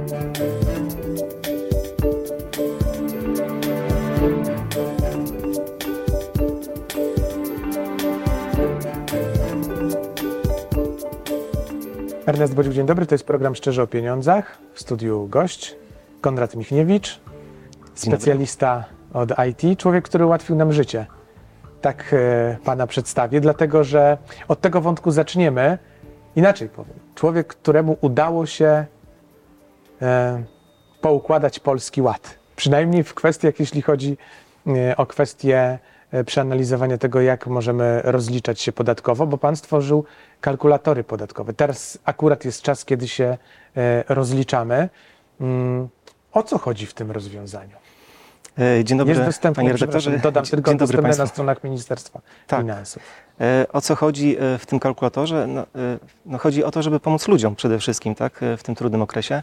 Ernest Bodziuk, dzień dobry. To jest program Szczerze o Pieniądzach. W studiu gość Konrad Michniewicz, specjalista od IT, człowiek, który ułatwił nam życie. Tak pana przedstawię, dlatego że od tego wątku zaczniemy. Inaczej powiem. Człowiek, któremu udało się poukładać Polski Ład. Przynajmniej w kwestiach, jeśli chodzi o kwestie przeanalizowania tego, jak możemy rozliczać się podatkowo, bo pan stworzył kalkulatory podatkowe. Teraz akurat jest czas, kiedy się rozliczamy. O co chodzi w tym rozwiązaniu? Dzień dobry, jest dostępne, panie redaktorze. Dodam tylko dostępne na stronach Ministerstwa Finansów. O co chodzi w tym kalkulatorze? Chodzi o to, żeby pomóc ludziom przede wszystkim, tak, w tym trudnym okresie.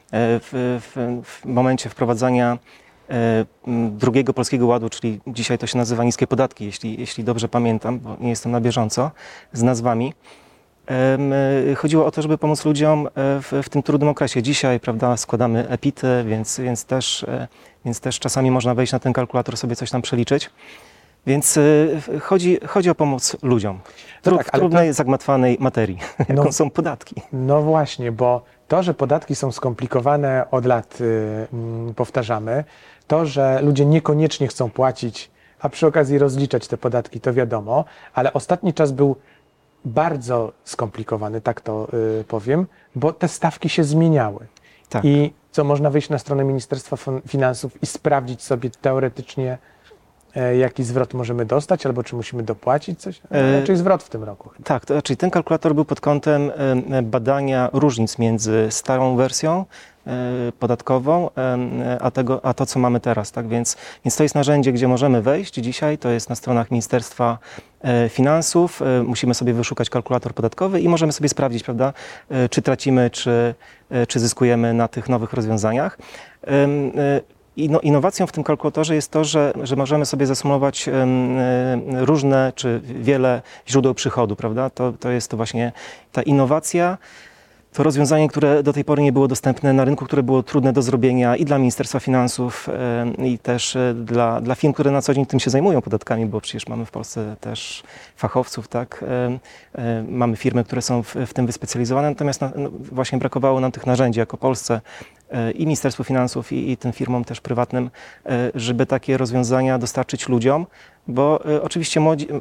W momencie wprowadzania drugiego Polskiego Ładu, czyli dzisiaj to się nazywa niskie podatki, jeśli dobrze pamiętam, bo nie jestem na bieżąco z nazwami. Chodziło o to, żeby pomóc ludziom w tym trudnym okresie. Dzisiaj, prawda, składamy EPIT-y, więc też czasami można wejść na ten kalkulator, sobie coś tam przeliczyć. Więc chodzi o pomoc ludziom w trudnej, zagmatwanej materii, jaką są podatki. No właśnie, bo to, że podatki są skomplikowane, od lat powtarzamy. To, że ludzie niekoniecznie chcą płacić, a przy okazji rozliczać te podatki, to wiadomo, ale ostatni czas był bardzo skomplikowany, tak to powiem, bo te stawki się zmieniały. Tak. I co, można wejść na stronę Ministerstwa Finansów i sprawdzić sobie teoretycznie, jaki zwrot możemy dostać, albo czy musimy dopłacić coś? Raczej zwrot w tym roku. Tak, czyli ten kalkulator był pod kątem badania różnic między starą wersją podatkową, a to, co mamy teraz. Tak? Więc to jest narzędzie, gdzie możemy wejść dzisiaj, to jest na stronach Ministerstwa Finansów. Musimy sobie wyszukać kalkulator podatkowy i możemy sobie sprawdzić, prawda, czy tracimy, czy zyskujemy na tych nowych rozwiązaniach. Innowacją w tym kalkulatorze jest to, że możemy sobie zasumować różne czy wiele źródeł przychodu, prawda? To jest to właśnie ta innowacja, to rozwiązanie, które do tej pory nie było dostępne na rynku, które było trudne do zrobienia i dla Ministerstwa Finansów, i też dla firm, które na co dzień tym się zajmują podatkami, bo przecież mamy w Polsce też fachowców, tak? Mamy firmy, które są w tym wyspecjalizowane, natomiast właśnie brakowało nam tych narzędzi jako Polsce i Ministerstwu Finansów i tym firmom też prywatnym, żeby takie rozwiązania dostarczyć ludziom, bo oczywiście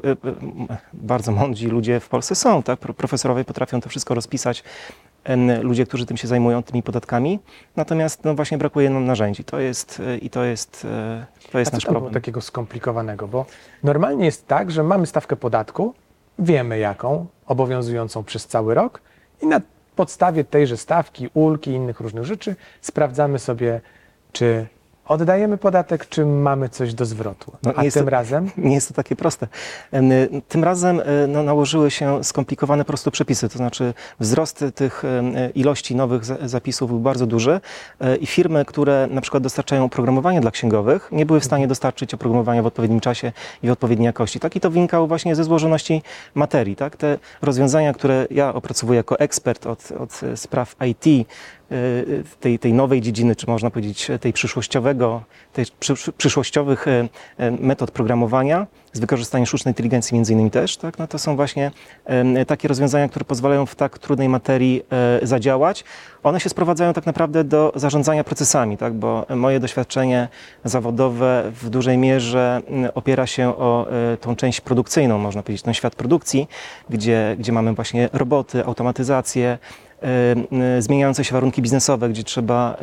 bardzo mądrzy ludzie w Polsce są, tak? Profesorowie potrafią to wszystko rozpisać, ludzie, którzy tym się zajmują, tymi podatkami, natomiast właśnie brakuje nam narzędzi. To jest nasz problem. Było takiego skomplikowanego, bo normalnie jest tak, że mamy stawkę podatku, wiemy jaką, obowiązującą przez cały rok i na podstawie tejże stawki, ulgi i innych różnych rzeczy sprawdzamy sobie, czy oddajemy podatek, czy mamy coś do zwrotu. A tym razem? Nie jest to takie proste. Tym razem nałożyły się skomplikowane po prostu przepisy, to znaczy wzrost tych ilości nowych zapisów był bardzo duży i firmy, które na przykład dostarczają oprogramowanie dla księgowych, nie były w stanie dostarczyć oprogramowania w odpowiednim czasie i w odpowiedniej jakości. Tak? I to wynikało właśnie ze złożoności materii. Tak? Te rozwiązania, które ja opracowuję jako ekspert od spraw IT, tej nowej dziedziny, czy można powiedzieć tej przyszłościowych metod programowania z wykorzystaniem sztucznej inteligencji między innymi też, tak? No to są właśnie takie rozwiązania, które pozwalają w tak trudnej materii zadziałać. One się sprowadzają tak naprawdę do zarządzania procesami, tak? Bo moje doświadczenie zawodowe w dużej mierze opiera się o tą część produkcyjną, można powiedzieć, ten świat produkcji, gdzie mamy właśnie roboty, automatyzację, zmieniające się warunki biznesowe, gdzie trzeba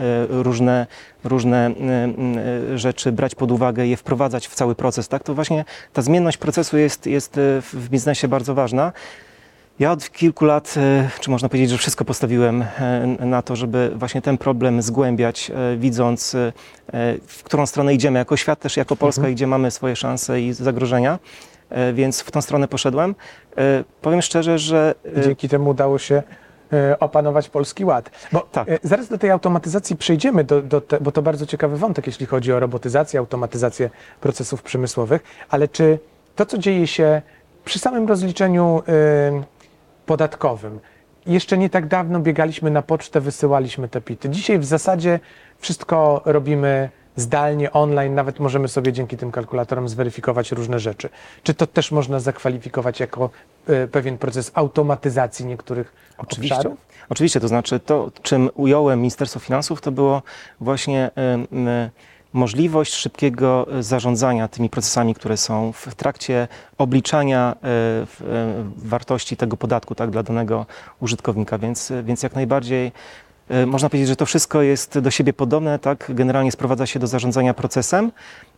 różne rzeczy brać pod uwagę, je wprowadzać w cały proces, tak? To właśnie ta zmienność procesu jest w biznesie bardzo ważna. Ja od kilku lat, czy można powiedzieć, że wszystko postawiłem na to, żeby właśnie ten problem zgłębiać, widząc, w którą stronę idziemy jako świat, też jako Polska, gdzie mamy swoje szanse i zagrożenia. Więc w tą stronę poszedłem. Powiem szczerze, że... Dzięki temu udało się opanować Polski Ład. Bo tak. Zaraz do tej automatyzacji przejdziemy, bo to bardzo ciekawy wątek, jeśli chodzi o robotyzację, automatyzację procesów przemysłowych, ale czy to, co dzieje się przy samym rozliczeniu podatkowym, jeszcze nie tak dawno biegaliśmy na pocztę, wysyłaliśmy te PIT-y. Dzisiaj w zasadzie wszystko robimy zdalnie, online, nawet możemy sobie dzięki tym kalkulatorom zweryfikować różne rzeczy. Czy to też można zakwalifikować jako pewien proces automatyzacji niektórych obszarów? Oczywiście, to znaczy to, czym ująłem Ministerstwo Finansów, to było właśnie możliwość szybkiego zarządzania tymi procesami, które są w trakcie obliczania wartości tego podatku, tak, dla danego użytkownika, więc jak najbardziej można powiedzieć, że to wszystko jest do siebie podobne, tak, generalnie sprowadza się do zarządzania procesem.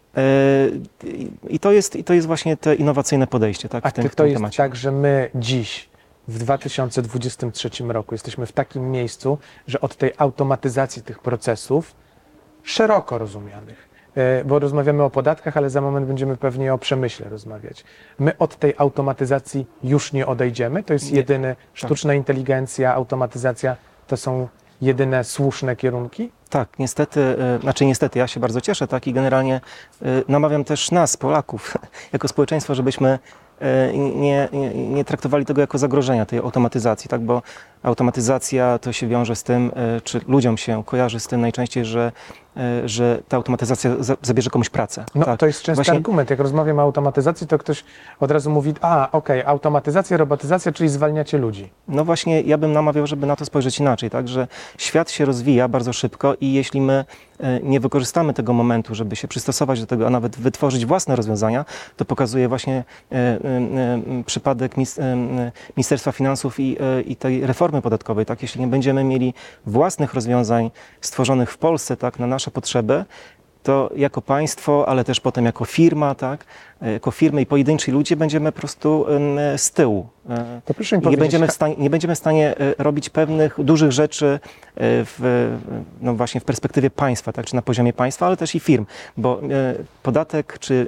I to jest właśnie to innowacyjne podejście, tak, w tym jest temacie. Tak, że my dziś w 2023 roku jesteśmy w takim miejscu, że od tej automatyzacji tych procesów szeroko rozumianych, bo rozmawiamy o podatkach, ale za moment będziemy pewnie o przemyśle rozmawiać. My od tej automatyzacji już nie odejdziemy, to jest jedyny, sztuczna inteligencja, automatyzacja, to są jedyne słuszne kierunki? Tak, niestety, ja się bardzo cieszę, tak, i generalnie namawiam też nas, Polaków, jako społeczeństwo, żebyśmy nie traktowali tego jako zagrożenia, tej automatyzacji, tak, bo automatyzacja to się wiąże z tym, czy ludziom się kojarzy z tym najczęściej, że ta automatyzacja zabierze komuś pracę. No tak. to jest częsty Właśnie... argument. Jak rozmawiam o automatyzacji, to ktoś od razu mówi, automatyzacja, robotyzacja, czyli zwalniacie ludzi. No właśnie, ja bym namawiał, żeby na to spojrzeć inaczej, tak, że świat się rozwija bardzo szybko i jeśli my nie wykorzystamy tego momentu, żeby się przystosować do tego, a nawet wytworzyć własne rozwiązania, to pokazuje właśnie przypadek Ministerstwa Finansów i tej reformy podatkowej, tak, jeśli nie będziemy mieli własnych rozwiązań stworzonych w Polsce, tak, na nasze potrzeby, to jako państwo, ale też potem jako firma, tak, jako firmy i pojedynczy ludzie będziemy po prostu z tyłu. To proszę mi powiedzieć, nie będziemy w stanie robić pewnych dużych rzeczy no właśnie w perspektywie państwa, tak, czy na poziomie państwa, ale też i firm, bo podatek czy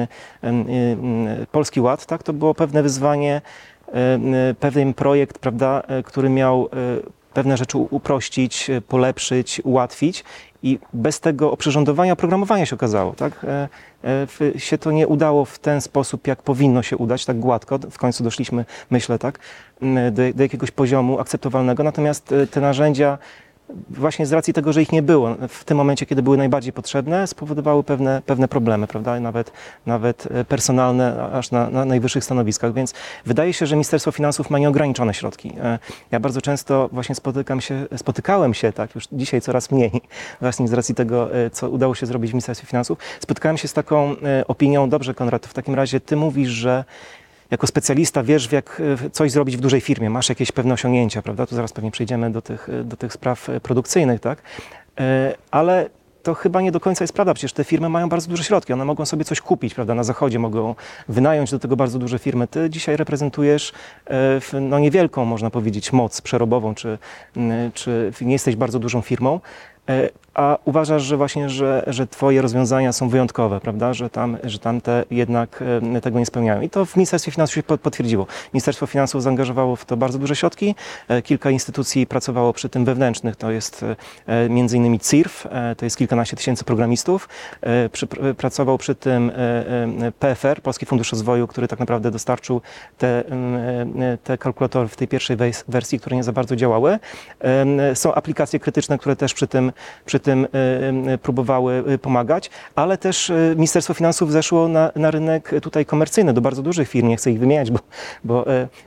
Polski Ład, tak, to było pewne wyzwanie, pewien projekt, prawda, który miał pewne rzeczy uprościć, polepszyć, ułatwić i bez tego oprzyrządowania oprogramowania się okazało, tak? Się to nie udało w ten sposób, jak powinno się udać, tak gładko. W końcu doszliśmy, myślę, tak, do jakiegoś poziomu akceptowalnego, natomiast te narzędzia właśnie z racji tego, że ich nie było w tym momencie, kiedy były najbardziej potrzebne, spowodowały pewne problemy, prawda? Nawet personalne, aż na najwyższych stanowiskach. Więc wydaje się, że Ministerstwo Finansów ma nieograniczone środki. Ja bardzo często właśnie spotykałem się, tak, już dzisiaj coraz mniej, właśnie z racji tego, co udało się zrobić w Ministerstwie Finansów, spotykałem się z taką opinią: dobrze, Konrad, w takim razie ty mówisz, że jako specjalista wiesz, jak coś zrobić w dużej firmie, masz jakieś pewne osiągnięcia, prawda? Tu zaraz pewnie przejdziemy do tych spraw produkcyjnych, tak? Ale to chyba nie do końca jest prawda, przecież te firmy mają bardzo duże środki, one mogą sobie coś kupić, prawda? Na zachodzie mogą wynająć do tego bardzo duże firmy. Ty dzisiaj reprezentujesz no niewielką, można powiedzieć, moc przerobową, czy nie jesteś bardzo dużą firmą, a uważasz, że właśnie, że twoje rozwiązania są wyjątkowe, prawda? Że tamte jednak tego nie spełniają. I to w Ministerstwie Finansów się potwierdziło. Ministerstwo Finansów zaangażowało w to bardzo duże środki. Kilka instytucji pracowało przy tym wewnętrznych. To jest między innymi CIRF, to jest kilkanaście tysięcy programistów. Pracował przy tym PFR, Polski Fundusz Rozwoju, który tak naprawdę dostarczył te kalkulatory w tej pierwszej wersji, które nie za bardzo działały. Są aplikacje krytyczne, które też przy tym próbowały pomagać, ale też Ministerstwo Finansów zeszło na rynek tutaj komercyjny, do bardzo dużych firm. Nie chcę ich wymieniać, bo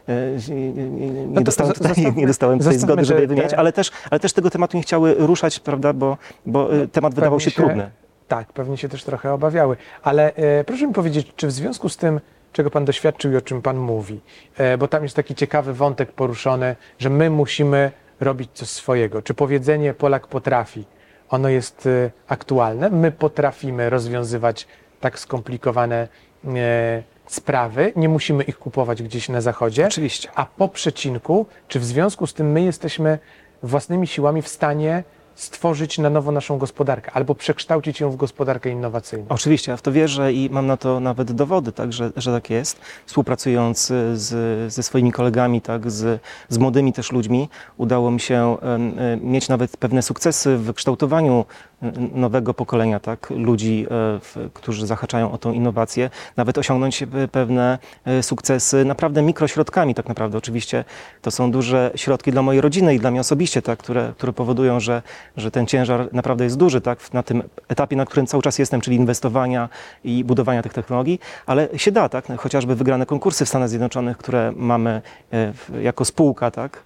nie dostałem tutaj zgody, żeby je wymieniać, ale też tego tematu nie chciały ruszać, prawda, bo temat wydawał się trudny. Tak, pewnie się też trochę obawiały. Ale proszę mi powiedzieć, czy w związku z tym, czego Pan doświadczył i o czym Pan mówi, bo tam jest taki ciekawy wątek poruszony, że my musimy robić coś swojego. Czy powiedzenie Polak potrafi, ono jest aktualne? My potrafimy rozwiązywać tak skomplikowane sprawy, nie musimy ich kupować gdzieś na zachodzie. Oczywiście. A po przecinku, czy w związku z tym my jesteśmy własnymi siłami w stanie stworzyć na nowo naszą gospodarkę albo przekształcić ją w gospodarkę innowacyjną? Oczywiście, ja w to wierzę i mam na to nawet dowody, tak, że tak jest. Współpracując ze swoimi kolegami, tak, z młodymi też ludźmi, udało mi się mieć nawet pewne sukcesy w kształtowaniu nowego pokolenia, tak, ludzi, którzy zahaczają o tą innowację, nawet osiągnąć pewne sukcesy naprawdę mikrośrodkami tak naprawdę. Oczywiście to są duże środki dla mojej rodziny i dla mnie osobiście, tak, które powodują, że ten ciężar naprawdę jest duży, tak, na tym etapie, na którym cały czas jestem, czyli inwestowania i budowania tych technologii, ale się da, tak, chociażby wygrane konkursy w Stanach Zjednoczonych, które mamy jako spółka, tak,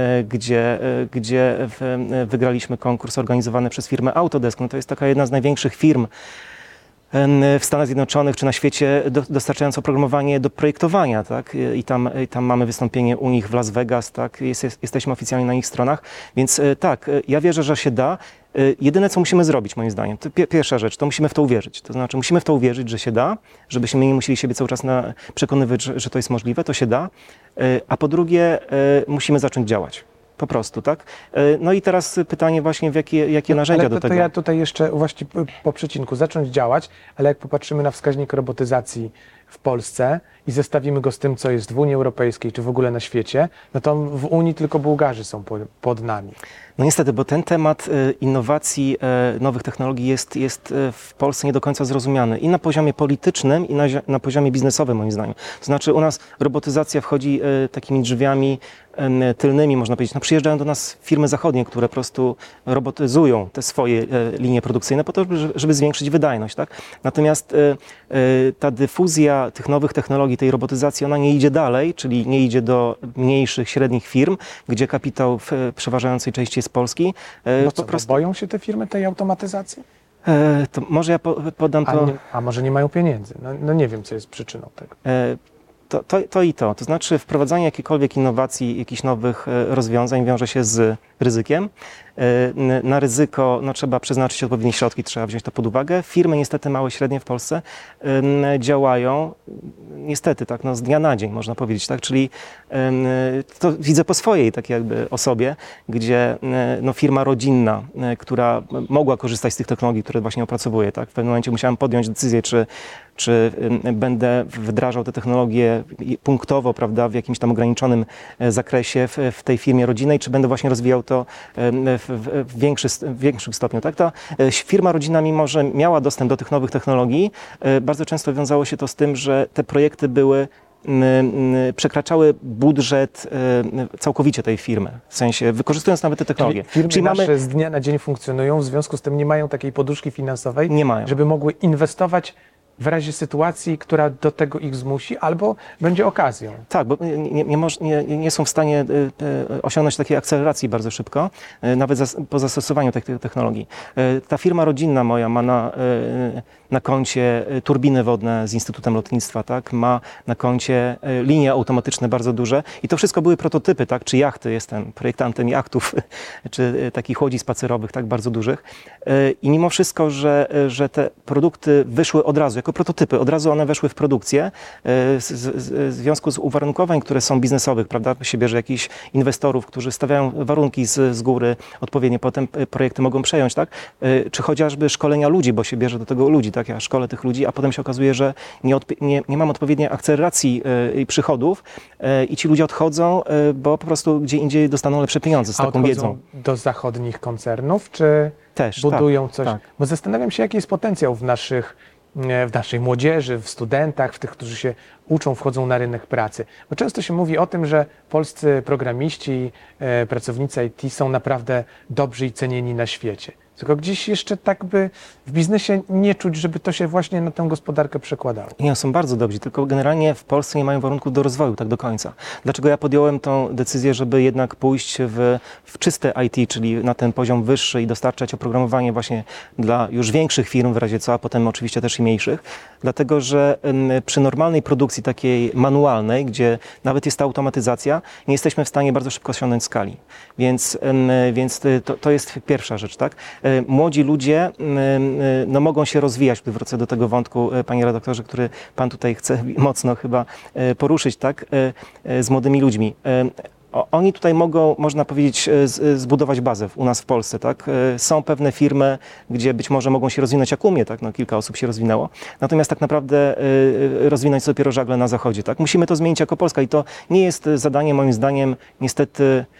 gdzie wygraliśmy konkurs organizowany przez firmę Autodesk. No to jest taka jedna z największych firm w Stanach Zjednoczonych czy na świecie dostarczając oprogramowanie do projektowania, tak? I tam mamy wystąpienie u nich w Las Vegas, tak? Jesteśmy oficjalnie na ich stronach, więc tak, ja wierzę, że się da. Jedyne, co musimy zrobić, moim zdaniem, to pierwsza rzecz, to musimy w to uwierzyć. To znaczy, musimy w to uwierzyć, że się da, żebyśmy nie musieli siebie cały czas przekonywać, że to jest możliwe, to się da. A po drugie, musimy zacząć działać. Po prostu, tak? No i teraz pytanie właśnie, jakie narzędzia do tego? To ja tutaj jeszcze właśnie po przecinku zacząć działać, ale jak popatrzymy na wskaźnik robotyzacji w Polsce i zestawimy go z tym, co jest w Unii Europejskiej, czy w ogóle na świecie, no to w Unii tylko Bułgarzy są pod nami. No niestety, bo ten temat innowacji, nowych technologii jest w Polsce nie do końca zrozumiany i na poziomie politycznym, i na poziomie biznesowym, moim zdaniem. To znaczy u nas robotyzacja wchodzi takimi drzwiami tylnymi, można powiedzieć. No, przyjeżdżają do nas firmy zachodnie, które po prostu robotyzują te swoje linie produkcyjne po to, żeby zwiększyć wydajność, tak? Natomiast ta dyfuzja tych nowych technologii, tej robotyzacji, ona nie idzie dalej, czyli nie idzie do mniejszych, średnich firm, gdzie kapitał w przeważającej części jest polski. Bo co, po prostu boją się te firmy tej automatyzacji? To może ja podam to... A może nie mają pieniędzy? No nie wiem, co jest przyczyną tego. To i to. To znaczy wprowadzanie jakiejkolwiek innowacji, jakichś nowych rozwiązań wiąże się z ryzykiem. Na ryzyko trzeba przeznaczyć odpowiednie środki, trzeba wziąć to pod uwagę. Firmy niestety małe, średnie w Polsce działają niestety tak, z dnia na dzień, można powiedzieć, tak, czyli to widzę po swojej takiej jakby osobie, gdzie firma rodzinna, która mogła korzystać z tych technologii, które właśnie opracowuję, tak, w pewnym momencie musiałem podjąć decyzję, czy będę wdrażał te technologie punktowo, prawda, w jakimś tam ograniczonym zakresie w tej firmie rodzinnej, czy będę właśnie rozwijał to w większym stopniu. Tak? Ta firma rodzinna, mimo że miała dostęp do tych nowych technologii, bardzo często wiązało się to z tym, że te projekty przekraczały budżet całkowicie tej firmy, w sensie wykorzystując nawet te technologie. Czyli nasze z dnia na dzień funkcjonują, w związku z tym nie mają takiej poduszki finansowej, nie mają, żeby mogły inwestować w razie sytuacji, która do tego ich zmusi, albo będzie okazją. Tak, bo nie są w stanie osiągnąć takiej akceleracji bardzo szybko, nawet po zastosowaniu tych technologii. Ta firma rodzinna moja ma na koncie turbiny wodne z Instytutem Lotnictwa, tak? Ma na koncie linie automatyczne bardzo duże i to wszystko były prototypy, tak? Czy jachty, jestem projektantem jachtów, czy takich łodzi spacerowych, tak? Bardzo dużych. I mimo wszystko, że te produkty wyszły od razu, jako prototypy, od razu one weszły w produkcję, w związku z uwarunkowań, które są biznesowych, prawda? Się bierze jakichś inwestorów, którzy stawiają warunki z góry, odpowiednie potem projekty mogą przejąć, tak? Czy chociażby szkolenia ludzi, bo się bierze do tego ludzi, tak? Ja szkolę tych ludzi, a potem się okazuje, że nie mam odpowiedniej akceleracji przychodów i ci ludzie odchodzą, bo po prostu gdzie indziej dostaną lepsze pieniądze z taką wiedzą. Do zachodnich koncernów, czy też budują coś? Tak. Bo zastanawiam się, jaki jest potencjał w naszej młodzieży, w studentach, w tych, którzy się uczą, wchodzą na rynek pracy. Bo często się mówi o tym, że polscy programiści, pracownicy IT są naprawdę dobrzy i cenieni na świecie. Tylko gdzieś jeszcze tak by w biznesie nie czuć, żeby to się właśnie na tę gospodarkę przekładało. Nie, są bardzo dobrzy, tylko generalnie w Polsce nie mają warunków do rozwoju tak do końca. Dlaczego ja podjąłem tą decyzję, żeby jednak pójść w czyste IT, czyli na ten poziom wyższy i dostarczać oprogramowanie właśnie dla już większych firm w razie co, a potem oczywiście też i mniejszych. Dlatego, że przy normalnej produkcji takiej manualnej, gdzie nawet jest ta automatyzacja, nie jesteśmy w stanie bardzo szybko osiągnąć skali. Więc to jest pierwsza rzecz, tak? Młodzi ludzie mogą się rozwijać, tu wrócę do tego wątku, panie redaktorze, który pan tutaj chce mocno chyba poruszyć, tak, z młodymi ludźmi. Oni tutaj mogą, można powiedzieć, zbudować bazę u nas w Polsce, tak? Są pewne firmy, gdzie być może mogą się rozwinąć jak u mnie, tak? Kilka osób się rozwinęło. Natomiast tak naprawdę rozwinąć dopiero żagle na zachodzie, tak? Musimy to zmienić jako Polska i to nie jest zadanie, moim zdaniem, niestety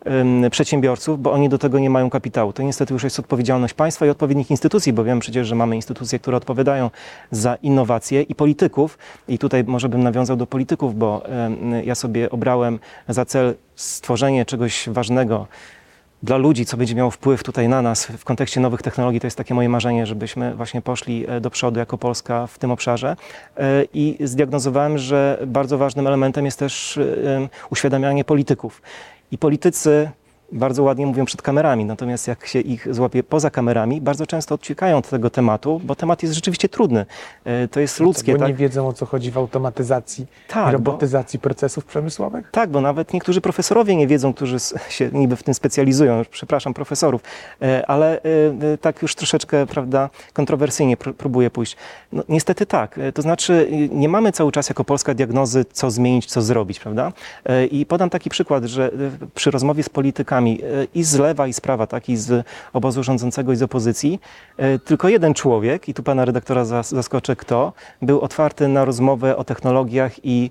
przedsiębiorców, bo oni do tego nie mają kapitału. To niestety już jest odpowiedzialność państwa i odpowiednich instytucji, bo wiem przecież, że mamy instytucje, które odpowiadają za innowacje i polityków. I tutaj może bym nawiązał do polityków, bo ja sobie obrałem za cel stworzenie czegoś ważnego dla ludzi, co będzie miało wpływ tutaj na nas w kontekście nowych technologii. To jest takie moje marzenie, żebyśmy właśnie poszli do przodu jako Polska w tym obszarze. I zdiagnozowałem, że bardzo ważnym elementem jest też uświadamianie polityków. I politycy bardzo ładnie mówią przed kamerami, natomiast jak się ich złapie poza kamerami, bardzo często odciekają od tego tematu, bo temat jest rzeczywiście trudny. To jest ludzkie. Bo tak? nie wiedzą, o co chodzi w automatyzacji Tak, i robotyzacji procesów przemysłowych? Tak, bo nawet niektórzy profesorowie nie wiedzą, którzy się niby w tym specjalizują, przepraszam profesorów, ale tak już troszeczkę, prawda, kontrowersyjnie próbuję pójść. No, niestety tak, to znaczy nie mamy cały czas jako Polska diagnozy, co zmienić, co zrobić, prawda? I podam taki przykład, że przy rozmowie z politykami i z lewa, i z prawa, tak, i z obozu rządzącego, i z opozycji, tylko jeden człowiek, i tu pana redaktora zaskoczę kto, był otwarty na rozmowę o technologiach i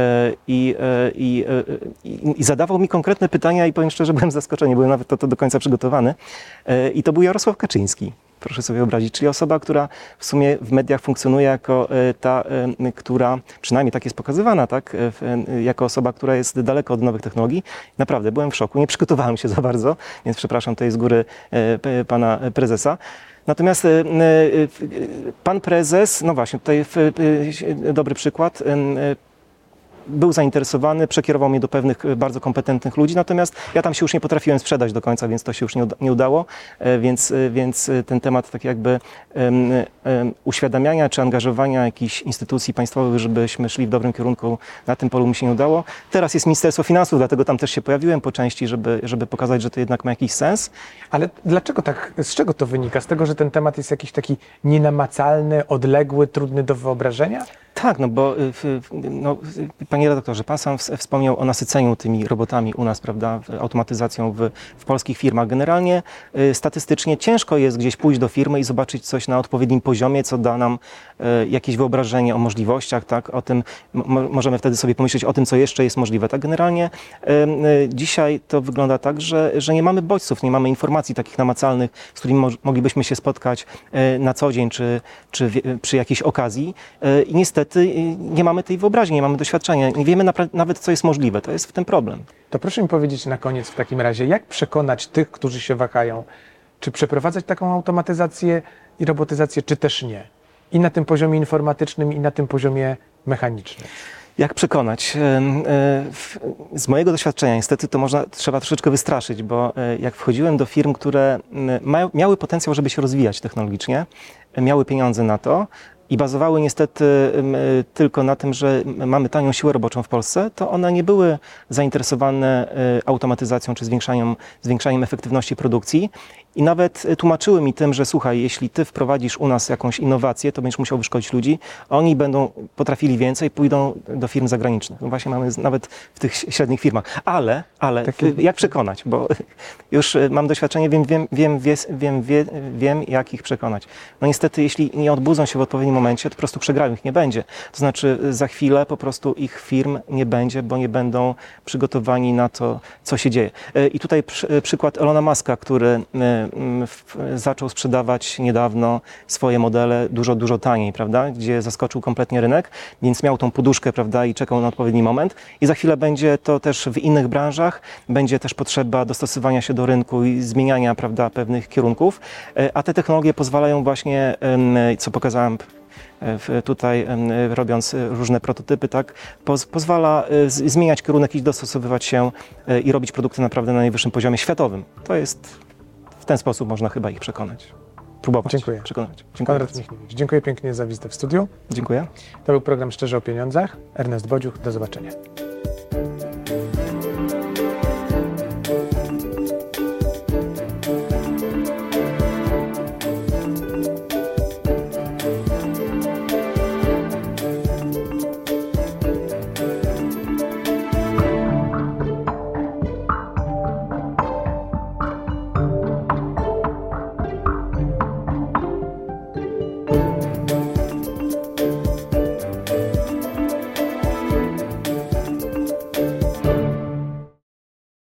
zadawał mi konkretne pytania i powiem szczerze, byłem zaskoczony, byłem nawet to do końca przygotowany. I to był Jarosław Kaczyński. Proszę sobie wyobrazić, czyli osoba, która w sumie w mediach funkcjonuje jako ta, która, przynajmniej tak jest pokazywana, tak, jako osoba, która jest daleko od nowych technologii. Naprawdę, byłem w szoku, nie przygotowałem się za bardzo, więc przepraszam tutaj z góry pana prezesa. Natomiast pan prezes, no właśnie, tutaj dobry przykład, był zainteresowany, przekierował mnie do pewnych bardzo kompetentnych ludzi, natomiast ja tam się już nie potrafiłem sprzedać do końca, więc to się już nie udało, więc ten temat tak jakby uświadamiania czy angażowania jakichś instytucji państwowych, żebyśmy szli w dobrym kierunku, na tym polu mi się nie udało. Teraz jest Ministerstwo Finansów, dlatego tam też się pojawiłem po części, żeby pokazać, że to jednak ma jakiś sens. Ale dlaczego tak, z czego to wynika? Z tego, że ten temat jest jakiś taki nienamacalny, odległy, trudny do wyobrażenia? Tak, no bo no, panie redaktorze, pan sam wspomniał o nasyceniu tymi robotami u nas, prawda, automatyzacją w polskich firmach. Generalnie statystycznie ciężko jest gdzieś pójść do firmy i zobaczyć coś na odpowiednim poziomie, co da nam jakieś wyobrażenie o możliwościach, tak, o tym, możemy wtedy sobie pomyśleć o tym, co jeszcze jest możliwe. Tak, generalnie dzisiaj to wygląda tak, że nie mamy bodźców, nie mamy informacji takich namacalnych, z którymi moglibyśmy się spotkać na co dzień, czy przy jakiejś okazji i niestety nie mamy tej wyobraźni, nie mamy doświadczenia, nie wiemy nawet, co jest możliwe. To jest w tym problem. To proszę mi powiedzieć na koniec w takim razie, jak przekonać tych, którzy się wahają, czy przeprowadzać taką automatyzację i robotyzację, czy też nie? I na tym poziomie informatycznym, i na tym poziomie mechanicznym. Jak przekonać? Z mojego doświadczenia niestety to trzeba troszeczkę wystraszyć, bo jak wchodziłem do firm, które miały potencjał, żeby się rozwijać technologicznie, miały pieniądze na to, i bazowały niestety tylko na tym, że mamy tanią siłę roboczą w Polsce, to one nie były zainteresowane automatyzacją czy zwiększaniem efektywności produkcji. I nawet tłumaczyły mi tym, że słuchaj, jeśli ty wprowadzisz u nas jakąś innowację, to będziesz musiał wyszkolić ludzi, a oni będą potrafili więcej, pójdą do firm zagranicznych. No właśnie mamy nawet w tych średnich firmach. Ale jak przekonać? Bo już mam doświadczenie, wiem jak ich przekonać. No niestety, jeśli nie odbudzą się w odpowiednim momencie, to po prostu przegrają, ich nie będzie. To znaczy za chwilę po prostu ich firm nie będzie, bo nie będą przygotowani na to, co się dzieje. I tutaj przykład Elona Muska, który zaczął sprzedawać niedawno swoje modele dużo taniej, prawda, gdzie zaskoczył kompletnie rynek, więc miał tą poduszkę, prawda, i czekał na odpowiedni moment i za chwilę będzie to też w innych branżach, będzie też potrzeba dostosowania się do rynku i zmieniania, prawda, pewnych kierunków, a te technologie pozwalają właśnie, co pokazałem tutaj robiąc różne prototypy, tak, pozwala zmieniać kierunek i dostosowywać się i robić produkty naprawdę na najwyższym poziomie światowym. To jest w ten sposób można chyba ich przekonać. Próbować. Dziękuję. Przekonać. Konrad Michniewicz, dziękuję pięknie za wizytę w studiu. Dziękuję. To był program Szczerze o Pieniądzach. Ernest Bodziuch, do zobaczenia.